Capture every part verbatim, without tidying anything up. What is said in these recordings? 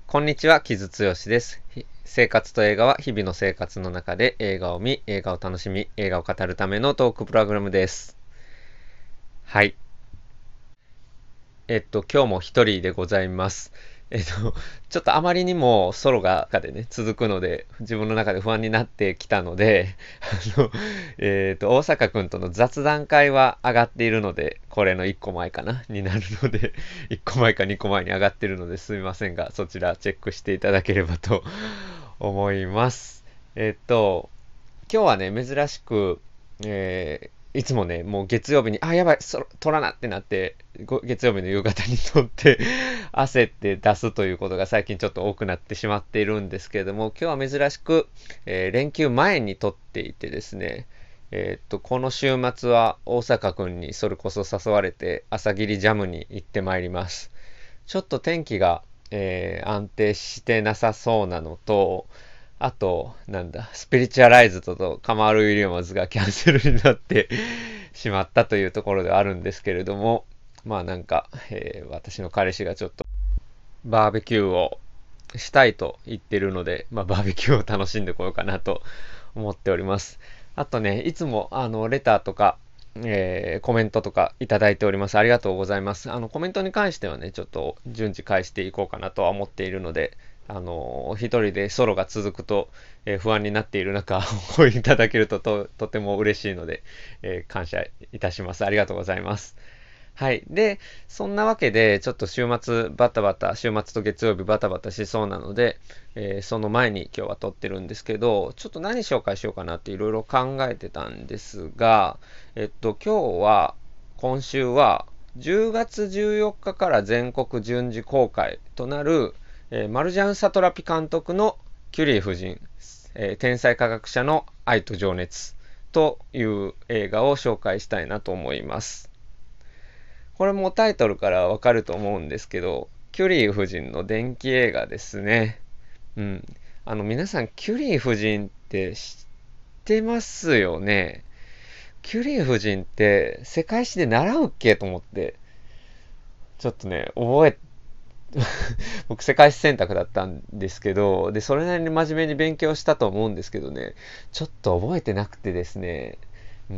こんにちは、木津剛です。ひ生活と映画は日々の生活の中で映画を見、映画を楽しみ、映画を語るためのトークプログラムです。はい。えっと、今日も一人でございます。えっと、ちょっとあまりにもソロがでね、続くので、自分の中で不安になってきたので、あの、えっと、大阪くんとの雑談会は上がっているので、これのいっこまえかなになるので、いっこまえかにこまえに上がっているのですみませんが、そちらチェックしていただければと思います。えっと、今日はね、珍しく、えーいつもね、もう月曜日に、あ、やばい、そ撮らなってなって、月曜日の夕方に撮って焦って出すということが最近ちょっと多くなってしまっているんですけれども、今日は珍しく、えー連休前に撮っていてですね、えーっと、この週末は大阪くんにそれこそ誘われて朝霧ジャムに行ってまいります。ちょっと天気が、えー安定してなさそうなのと、あと、なんだ、スピリチュアライズドとカマール・ウィリアムズがキャンセルになってしまったというところではあるんですけれども、まあなんか、えー私の彼氏がちょっとバーベキューをしたいと言ってるので、まあバーベキューを楽しんでこようかなと思っております。あとね、いつもあのレターとか、えーコメントとかいただいております。ありがとうございます。あのコメントに関してはね、ちょっと順次返していこうかなとは思っているので、あのー一人でソロが続くと、えー不安になっている中、お声いただけるとととても嬉しいので、えー感謝いたします。ありがとうございます。はい。で、そんなわけで、ちょっと週末バタバタ、週末と月曜日バタバタしそうなので、えーその前に今日は撮ってるんですけど、ちょっと何紹介しようかなっていろいろ考えてたんですが、えっと、今日は、今週は、じゅうがつじゅうよっかかから全国順次公開となる、えーマルジャン・サトラピ監督のキュリー夫人、えー天才科学者の愛と情熱という映画を紹介したいなと思います。これもタイトルからわかると思うんですけど、キュリー夫人の伝記映画ですね。うん。あの、皆さん、キュリー夫人って知ってますよね？キュリー夫人って世界史で習うっけと思って、ちょっとね、覚え、僕世界史選択だったんですけど、で、それなりに真面目に勉強したと思うんですけどね、ちょっと覚えてなくてですね、うん、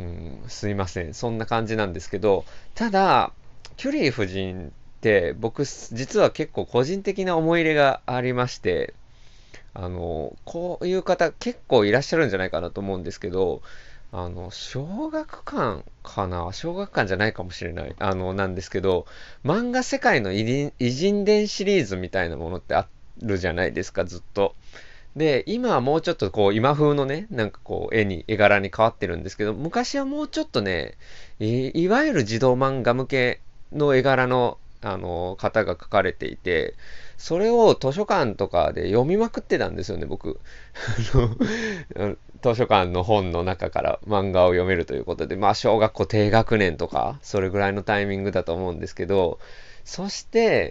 すいません。そんな感じなんですけど、ただ、キュリー夫人って僕、実は結構個人的な思い入れがありまして、あの、こういう方結構いらっしゃるんじゃないかなと思うんですけど、あの、小学館かな小学館じゃないかもしれない。あの、なんですけど、漫画世界の偉人偉人伝シリーズみたいなものってあるじゃないですか、ずっと。で、今はもうちょっとこう、今風のね、なんかこう、絵に、絵柄に変わってるんですけど、昔はもうちょっとね、い、いわゆる児童漫画向けの絵柄の、あの、方が描かれていて、それを図書館とかで読みまくってたんですよね、僕。あの図書館の本の中から漫画を読めるということで、まあ、小学校低学年とか、それぐらいのタイミングだと思うんですけど、そして、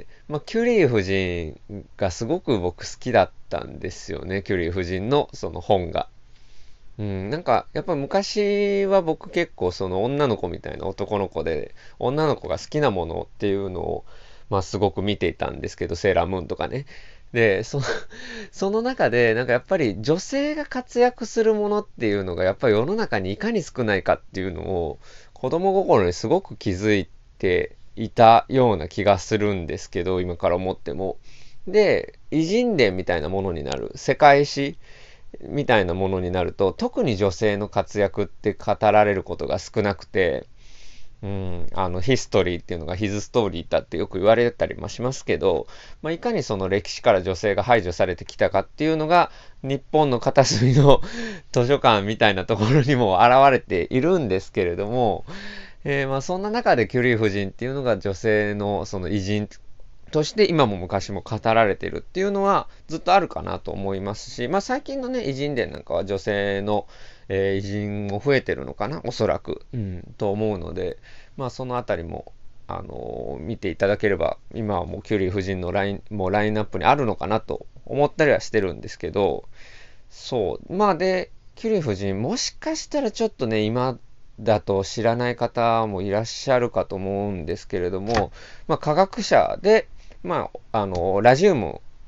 まあ、キュリー夫人がすごく僕好きだったんですよね。キュリー夫人のその本が。うん、なんか、やっぱ昔は僕結構その女の子みたいな男の子で、女の子が好きなものっていうのを、まあすごく見ていたんですけど、セーラームーンとかね。で、そのその中で、なんかやっぱり女性が活躍するものっていうのが、やっぱり世の中にいかに少ないかっていうのを、子供心にすごく気づいていたような気がするんですけど、今から思っても。で、偉人伝みたいなものになる、世界史みたいなものになると、特に女性の活躍って語られることが少なくて、うん、あの、ヒストリーっていうのがヒズストーリーだってよく言われたりもしますけど、まあ、いかにその歴史から女性が排除されてきたかっていうのが、日本の片隅の図書館みたいなところにも現れているんですけれども、えーまあそんな中でキュリー夫人っていうのが女性のその偉人として今も昔も語られてるっていうのはずっとあるかなと思いますし、まあ最近のね、偉人伝なんかは女性の、えー偉人も増えてるのかな、おそらく、うん、と思うので、まあそのあたりも、あのー見ていただければ、今はもうキュリー夫人のライン、もうラインナップにあるのかなと思ったりはしてるんですけど、そう。まあで、キュリー夫人、もしかしたらちょっとね、今だと知らない方もいらっしゃるかと思うんですけれども、まあ科学者で、まあ、あの、ラジウム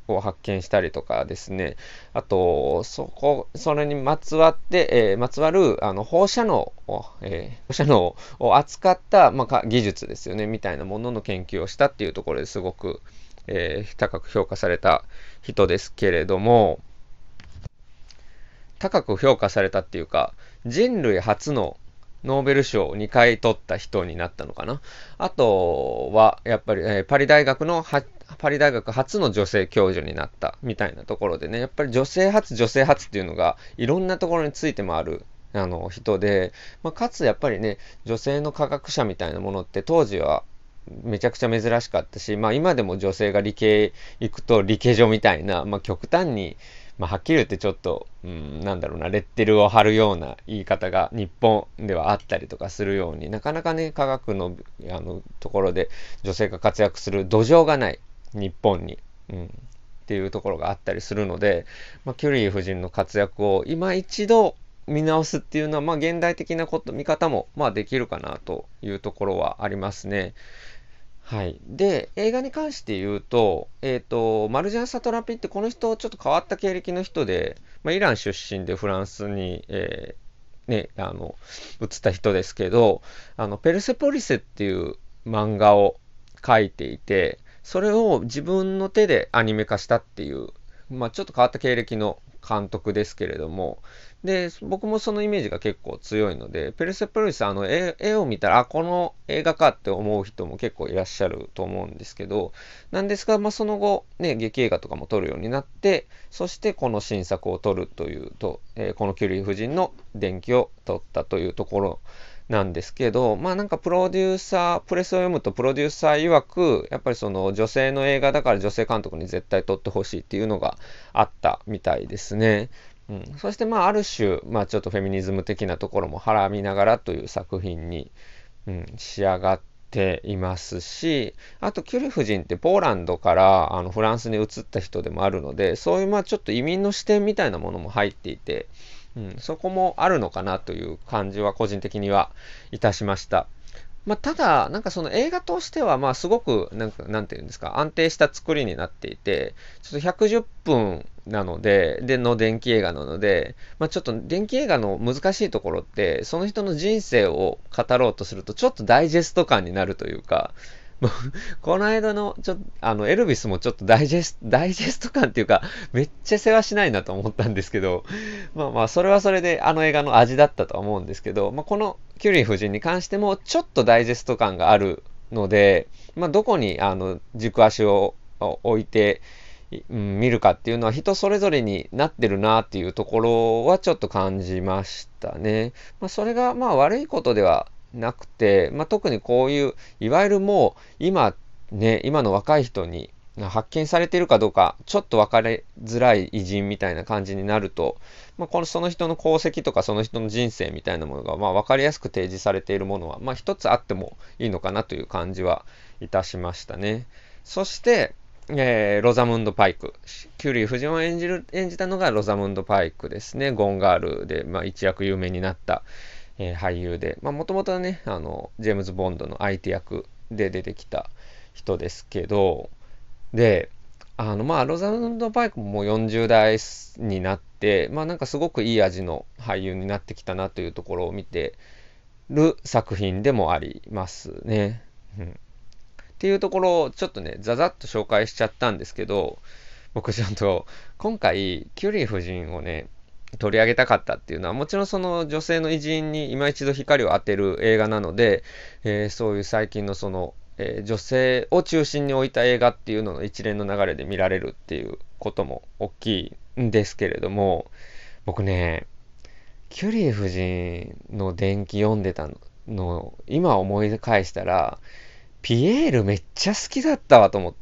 を発見したりとかですね、あと、そこ、それにまつわって、えー、まつわる、あの、放射能を、えー、放射能を扱った、まあ、技術ですよね、みたいなものの研究をしたっていうところですごく、えー、高く評価された人ですけれども、高く評価されたっていうか、人類初のノーベル賞をにかい取った人になったのかな。あとは、やっぱり、えーパリ大学のは、パリ大学初の女性教授になったみたいなところでね、やっぱり女性初、女性初っていうのがいろんなところについて回るあの人で、まあ、かつやっぱりね、女性の科学者みたいなものって当時はめちゃくちゃ珍しかったし、まあ今でも女性が理系行くと理系女みたいな、まあ極端に、まあはっきり言ってちょっと、うん、なんだろうな、レッテルを貼るような言い方が日本ではあったりとかするように、なかなかね、科学の、あの、ところで女性が活躍する土壌がない、日本に。うん。っていうところがあったりするので、まあ、キュリー夫人の活躍を今一度見直すっていうのは、まあ、現代的なこと、見方も、まあ、できるかなというところはありますね。はい。で、映画に関して言うと、えっと、マルジャン・サトラピってこの人ちょっと変わった経歴の人で、まあ、イラン出身でフランスに、えーね、あの、移った人ですけど、あの、ペルセポリセっていう漫画を描いていて、それを自分の手でアニメ化したっていう、まあ、ちょっと変わった経歴の監督ですけれども、で、僕もそのイメージが結構強いので、ペルセポリス、あの絵、絵を見たら、あ、この映画かって思う人も結構いらっしゃると思うんですけど、なんですが、まあ、その後、ね、劇映画とかも撮るようになって、そしてこの新作を撮るというと、えーこのキュリー夫人の伝記を撮ったというところなんですけど、まあなんかプロデューサー、プレスを読むとプロデューサー曰く、やっぱりその女性の映画だから女性監督に絶対撮ってほしいっていうのがあったみたいですね。うん、そしてまあある種、まあちょっとフェミニズム的なところもはらみながらという作品に、うん、仕上がっていますし、あとキュリー夫人ってポーランドからあのフランスに移った人でもあるので、そういうまあちょっと移民の視点みたいなものも入っていて、うん、そこもあるのかなという感じは個人的にはいたしました。まあ、ただ、なんかその映画としては、まあ、すごく、なんか、なんていうんですか、安定した作りになっていて、ちょっとひゃくじゅっぷんなので、で、の電気映画なので、まあ、ちょっと電気映画の難しいところって、その人の人生を語ろうとすると、ちょっとダイジェスト感になるというか、もうこの間の、ちょっと、あの、エルビスもちょっとダイジェスト、ダイジェスト感っていうか、めっちゃ世話しないなと思ったんですけど、まあまあ、それはそれであの映画の味だったとは思うんですけど、まあ、このキュリー夫人に関しても、ちょっとダイジェスト感があるので、まあ、どこに、あの、軸足を置いて、うん、見るかっていうのは人それぞれになってるなっていうところはちょっと感じましたね。まあ、それがまあ悪いことではなくて、まあ、特にこういう、いわゆるもう今ね、今の若い人に発見されているかどうか、ちょっと分かりづらい偉人みたいな感じになると、まあ、このその人の功績とかその人の人生みたいなものがまあ分かりやすく提示されているものは、まあ、一つあってもいいのかなという感じはいたしましたね。そして、えーロザムンド・パイク。キュリー夫人を演じる、演じたのがロザムンド・パイクですね。ゴーンガールで、まあ、一躍有名になった、えー俳優で、まあ、もともとね、あの、ジェームズ・ボンドの相手役で出てきた人ですけど、で、あの、まあ、ロザムンド・パイクももうよんじゅう代になって、まあ、なんかすごくいい味の俳優になってきたなというところを見てる作品でもありますね。うん、っていうところをちょっとね、ざざっと紹介しちゃったんですけど、僕ちゃんと今回、キュリー夫人をね、取り上げたかったっていうのは、もちろんその女性の偉人に今一度光を当てる映画なので、えーそういう最近のその、えー女性を中心に置いた映画っていうのの一連の流れで見られるっていうことも大きいんですけれども、僕ね、キュリー夫人の伝記読んでたのを今思い返したら、ピエールめっちゃ好きだったわと思って。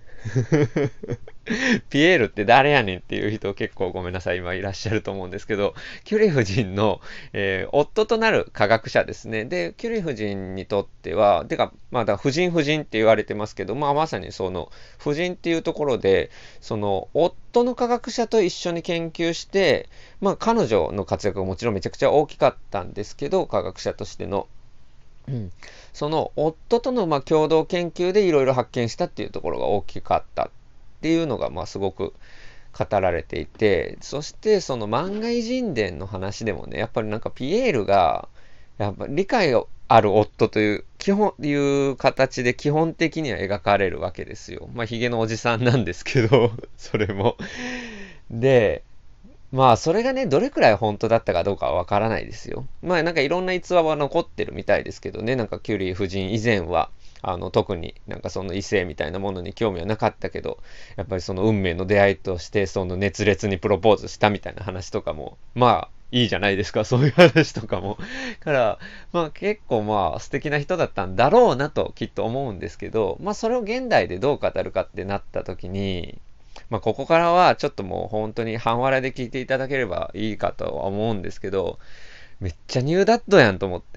ピエールって誰やねんっていう人結構ごめんなさい、今いらっしゃると思うんですけど、キュリー夫人の、えー夫となる科学者ですね。で、キュリー夫人にとっては、てか、まあだ夫人夫人って言われてますけど、まあまさにその、夫人っていうところで、その、夫の科学者と一緒に研究して、まあ彼女の活躍がもちろんめちゃくちゃ大きかったんですけど、科学者としての。うん、その夫とのまあ共同研究でいろいろ発見したっていうところが大きかったっていうのが、まあ、すごく語られていて、そしてその漫画偉人伝の話でもね、やっぱりなんかピエールが、やっぱ理解がある夫という、基本、いう形で基本的には描かれるわけですよ。まあ、ヒゲのおじさんなんですけど、それも。で、まあ、それがね、どれくらい本当だったかどうかはわからないですよ。まあ、なんかいろんな逸話は残ってるみたいですけどね、なんかキュリー夫人以前は、あの、特になんかその異性みたいなものに興味はなかったけど、やっぱりその運命の出会いとして、その熱烈にプロポーズしたみたいな話とかも、まあ、いいじゃないですか、そういう話とかも。から、まあ結構まあ素敵な人だったんだろうなときっと思うんですけど、まあそれを現代でどう語るかってなった時に、まあ、ここからはちょっともう本当に半笑いで聞いていただければいいかとは思うんですけど、めっちゃニューダットやんと思って。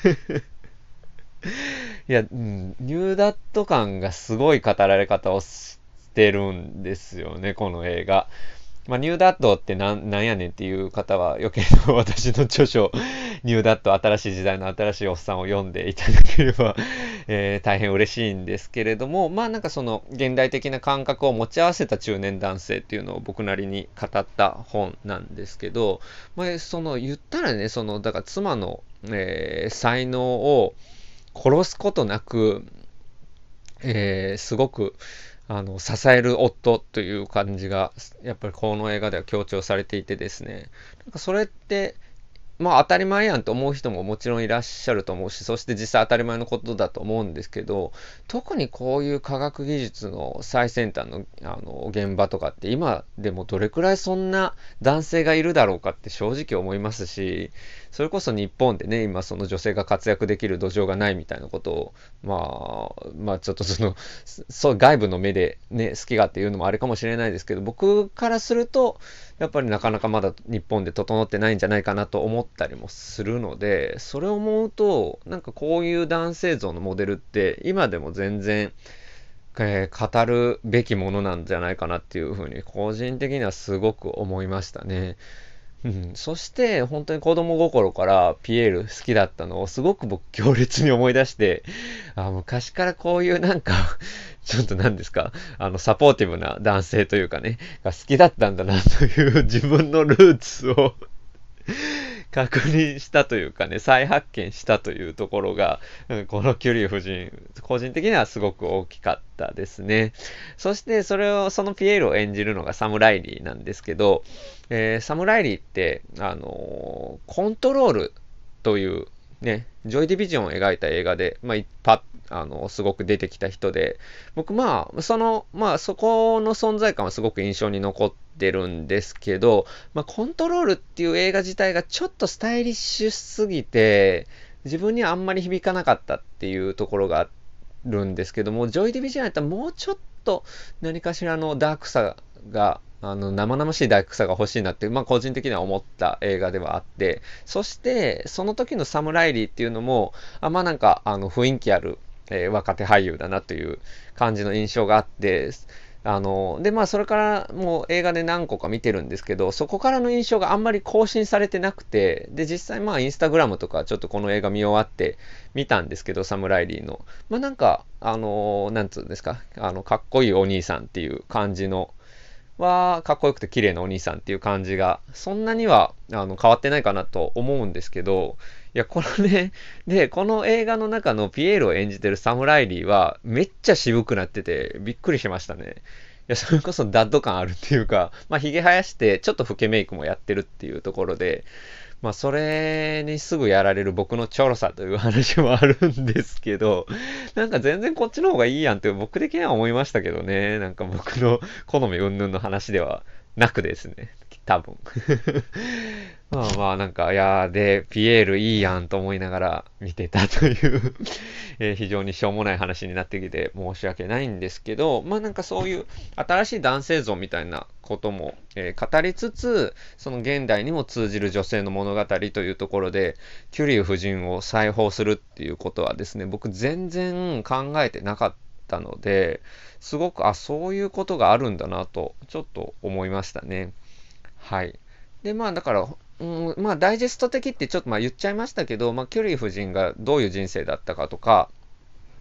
いや、うん、ニューダット感がすごい語られ方をしてるんですよね、この映画。まあ、ニューダットってなん、なんやねんっていう方は、よければ私の著書、ニューダット新しい時代の新しいおっさんを読んでいただければ、えー大変嬉しいんですけれども、まあなんかその現代的な感覚を持ち合わせた中年男性っていうのを僕なりに語った本なんですけど、まあ、その言ったらね、その、だから妻の、えー才能を殺すことなく、えーすごくあの支える夫という感じがやっぱりこの映画では強調されていてですね、なんかそれってまあ当たり前やんと思う人ももちろんいらっしゃると思うし、そして実際当たり前のことだと思うんですけど、特にこういう科学技術の最先端の、あの現場とかって今でもどれくらいそんな男性がいるだろうかって正直思いますし、それこそ日本でね、今その女性が活躍できる土壌がないみたいなことを、まあ、まあちょっとその、そう外部の目でね、好きがっていうのもあれかもしれないですけど、僕からすると、やっぱりなかなかまだ日本で整ってないんじゃないかなと思ったりもするので、それを思うと、なんかこういう男性像のモデルって今でも全然、えー語るべきものなんじゃないかなっていうふうに個人的にはすごく思いましたね。うん、そして本当に子供心からピエール好きだったのをすごく僕強烈に思い出して、あ、昔からこういうなんかちょっと何ですか、あのサポーティブな男性というかね、が好きだったんだなという自分のルーツを確認したというかね、再発見したというところが、うんこのキュリー夫人、個人的にはすごく大きかったですね。そしてそれを、そのピエールを演じるのがサム・ライリーなんですけど、えーサム・ライリーって、あのーコントロールというね、ジョイ・ディビジョンを描いた映画で、まあ、一発、あの、すごく出てきた人で、僕、まあ、その、まあ、そこの存在感はすごく印象に残ってるんですけど、まあ、コントロールっていう映画自体がちょっとスタイリッシュすぎて、自分にはあんまり響かなかったっていうところがあるんですけども、ジョイ・ディビジョンやったらもうちょっと何かしらのダークさが、あの、生々しいダークさが欲しいなって、まあ、個人的には思った映画ではあって、そして、その時のサム・ライリーっていうのも、あまあ、なんか、あの、雰囲気ある、えー若手俳優だなという感じの印象があって、あの、で、まあ、それからもう映画で何個か見てるんですけど、そこからの印象があんまり更新されてなくて、で、実際まあ、インスタグラムとかちょっとこの映画見終わって見たんですけど、サムライリーの。まあ、なんか、あの、なんつうんですか、あの、かっこいいお兄さんっていう感じの、は、かっこよくて綺麗なお兄さんっていう感じが、そんなには、あの、変わってないかなと思うんですけど、いや、このね、で、この映画の中のピエールを演じてるサムライリーは、めっちゃ渋くなってて、びっくりしましたね。いや、それこそダッド感あるっていうか、まあ、髭生やして、ちょっと老けメイクもやってるっていうところで、まあ、それにすぐやられる僕のチョロさという話もあるんですけど、なんか全然こっちの方がいいやんって僕的には思いましたけどね。なんか僕の好み云々の話ではなくですね。多分。まあまあなんか、いやーで、ピエールいいやんと思いながら見てたというえー非常にしょうもない話になってきて申し訳ないんですけど、まあなんかそういう新しい男性像みたいなことも、えー語りつつ、その現代にも通じる女性の物語というところで、キュリー夫人を裁縫するっていうことはですね、僕全然考えてなかったので、すごく、あ、そういうことがあるんだなと、ちょっと思いましたね。はい。で、まあだから、うん、まあダイジェスト的ってちょっとまあ言っちゃいましたけど、まあキュリー夫人がどういう人生だったかとか、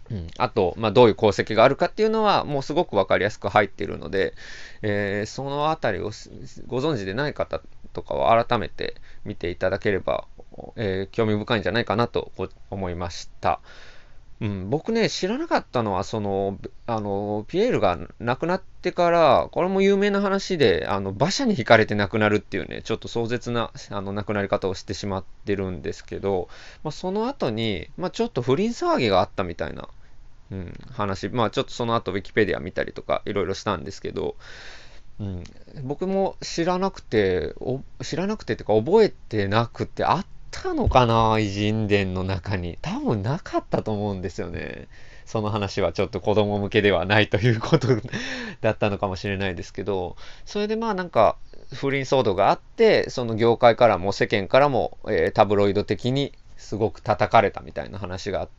うん、あと、まあ、どういう功績があるかっていうのは、もうすごくわかりやすく入っているので、えーそのあたりをご存知でない方とかは改めて見ていただければ、えー興味深いんじゃないかなと思いました。うん、僕ね、知らなかったのは、その、あの、ピエールが亡くなってから、これも有名な話で、あの、馬車に轢かれて亡くなるっていうね、ちょっと壮絶な、あの、亡くなり方をしてしまってるんですけど、まあ、その後に、まあ、ちょっと不倫騒ぎがあったみたいな、うん、話、まあ、ちょっとその後、ウィキペディア見たりとか、いろいろしたんですけど、うん、僕も知らなくて、お知らなくてっていうか覚えてなくて、あったのかな、偉人伝の中に。多分なかったと思うんですよね。その話はちょっと子供向けではないということだったのかもしれないですけど、それでまあなんか不倫騒動があって、その業界からも世間からも、えータブロイド的にすごく叩かれたみたいな話があって、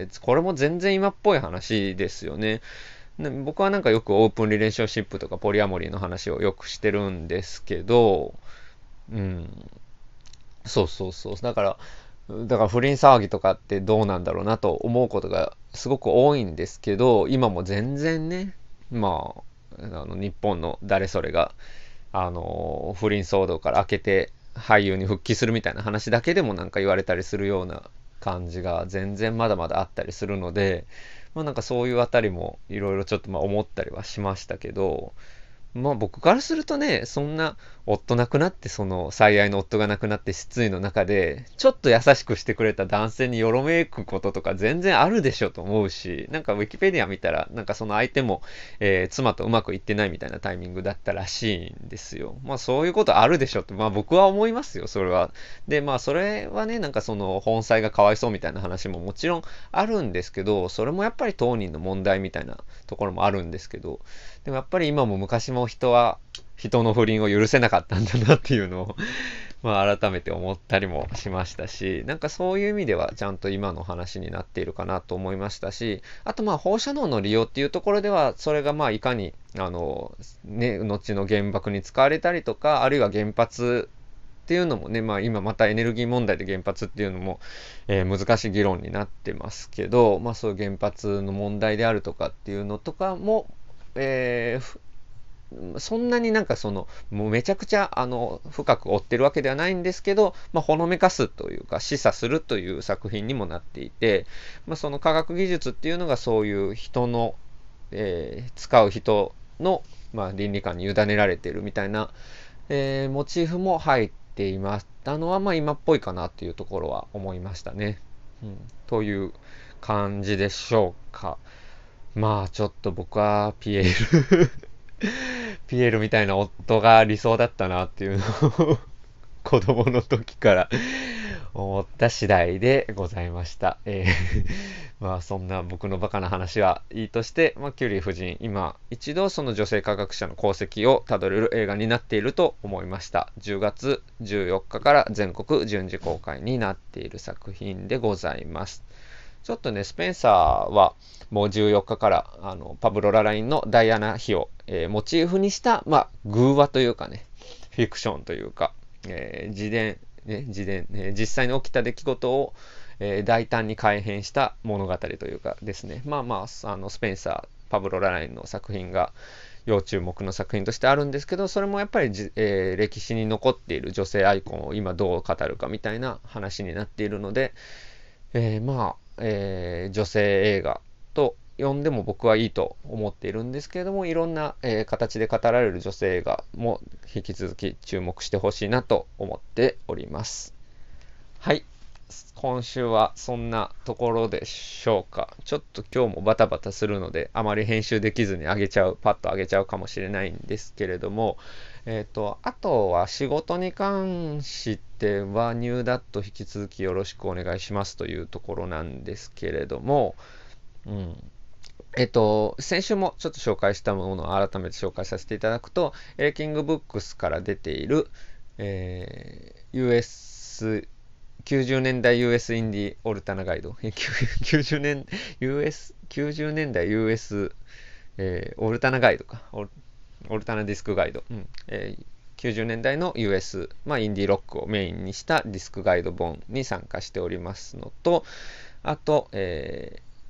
これも全然今っぽい話ですよね。ね僕はなんかよくオープンリレーションシップとかポリアモリーの話をよくしてるんですけど、うん、そうそうそう。だから、だから不倫騒ぎとかってどうなんだろうなと思うことがすごく多いんですけど、今も全然ね、まあ、あの日本の誰それが、あの、不倫騒動から明けて俳優に復帰するみたいな話だけでもなんか言われたりするような感じが全然まだまだあったりするので、まあなんかそういうあたりもいろいろちょっとまあ思ったりはしましたけど、まあ僕からするとね、そんな夫亡くなって、その最愛の夫が亡くなって失意の中で、ちょっと優しくしてくれた男性によろめくこととか全然あるでしょと思うし、なんかウィキペディア見たら、なんかその相手も、えー妻とうまくいってないみたいなタイミングだったらしいんですよ。まあそういうことあるでしょと、まあ僕は思いますよ、それは。で、まあそれはね、なんかその本妻がかわいそうみたいな話ももちろんあるんですけど、それもやっぱり当人の問題みたいなところもあるんですけど、でもやっぱり今も昔も人は人の不倫を許せなかったんだなっていうのをまあ改めて思ったりもしましたし、なんかそういう意味ではちゃんと今の話になっているかなと思いましたし、あとまあ放射能の利用っていうところでは、それがまあいかに、あの、ね、後の原爆に使われたりとか、あるいは原発っていうのもね、まあ今またエネルギー問題で原発っていうのも、えー難しい議論になってますけど、まあそういう原発の問題であるとかっていうのとかも、えーそんなになんかその、もうめちゃくちゃあの深く追ってるわけではないんですけど、まあ、ほのめかすというか示唆するという作品にもなっていて、まあ、その科学技術っていうのがそういう人の、えー使う人の、まあ、倫理観に委ねられているみたいな、えーモチーフも入っていましたのは、まあ、今っぽいかなっていうところは思いましたね。うん、という感じでしょうか。まあちょっと僕はピエールピエールみたいな夫が理想だったなっていうのを子供の時から思った次第でございました。えーまあそんな僕のバカな話はいいとして、まあ、キュリー夫人、今一度その女性科学者の功績をたどれる映画になっていると思いました。じゅうがつじゅうよっかかから全国順次公開になっている作品でございます。ちょっとね、スペンサーはもうじゅうよっかかからあのパブロ・ララインのダイアナ妃を、えーモチーフにした、まあ、偶話というかね、フィクションというか、えー自伝、ね、自伝、えー実際に起きた出来事を、えー大胆に改変した物語というかですね、まあまあ、あのスペンサー、パブロ・ララインの作品が要注目の作品としてあるんですけど、それもやっぱりじ、えー歴史に残っている女性アイコンを今どう語るかみたいな話になっているので、えーまあ、えー女性映画と呼んでも僕はいいと思っているんですけれども、いろんな、えー形で語られる女性映画も引き続き注目してほしいなと思っております。はい。今週はそんなところでしょうか。ちょっと今日もバタバタするので、あまり編集できずに上げちゃう、パッと上げちゃうかもしれないんですけれども、えっと、あとは仕事に関しては、ニューダット引き続きよろしくお願いしますというところなんですけれども、うん。えっと、先週もちょっと紹介したものを改めて紹介させていただくと、エレキングブックスから出ている、えー ユーエス、きゅうじゅうねんだい ユーエス インディオルタナガイド。えきゅうじゅうねん、ユーエス、きゅうじゅうねんだい ユーエス、えーオルタナガイドか。オル、オルタナディスクガイド。うんえーきゅうじゅうねんだいの ユーエス、まあ、インディーロックをメインにしたディスクガイド本に参加しておりますのと、あと、えー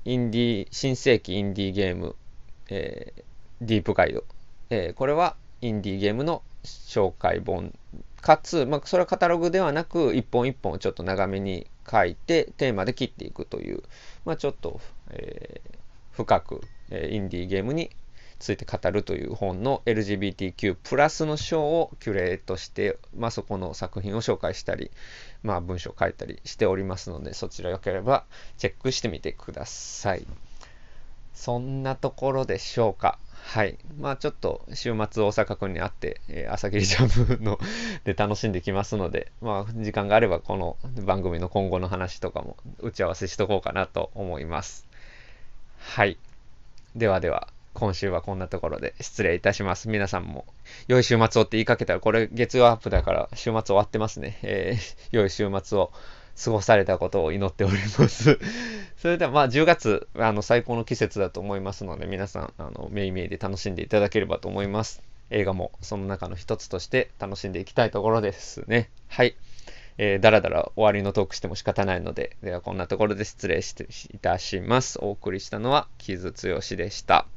インディー、新世紀インディーゲーム、えーディープガイド。えーこれはインディーゲームの紹介本。かつ、まあ、それはカタログではなく、一本一本ちょっと長めに書いて、テーマで切っていくという、まあ、ちょっと、えー深く、えーインディーゲームについて語るという本の エルジービーティーキュー プラスの章をキュレートして、まあ、そこの作品を紹介したり、まあ、文章を書いたりしておりますので、そちらよければチェックしてみてください。そんなところでしょうか。はい。まあちょっと週末大阪君に会って、えー朝霧ジャムので楽しんできますので、まあ時間があればこの番組の今後の話とかも打ち合わせしとこうかなと思います。はい。ではでは、今週はこんなところで失礼いたします。皆さんも良い週末をって言いかけたら、これ月曜アップだから週末終わってますね。えー良い週末を過ごされたことを祈っております。それではまあじゅうがつ、あの最高の季節だと思いますので、皆さん、あの、めいめいで楽しんでいただければと思います。映画もその中の一つとして楽しんでいきたいところですね。はい。えー、だらだら終わりのトークしても仕方ないので、ではこんなところで失礼していたします。お送りしたのは、木津剛でした。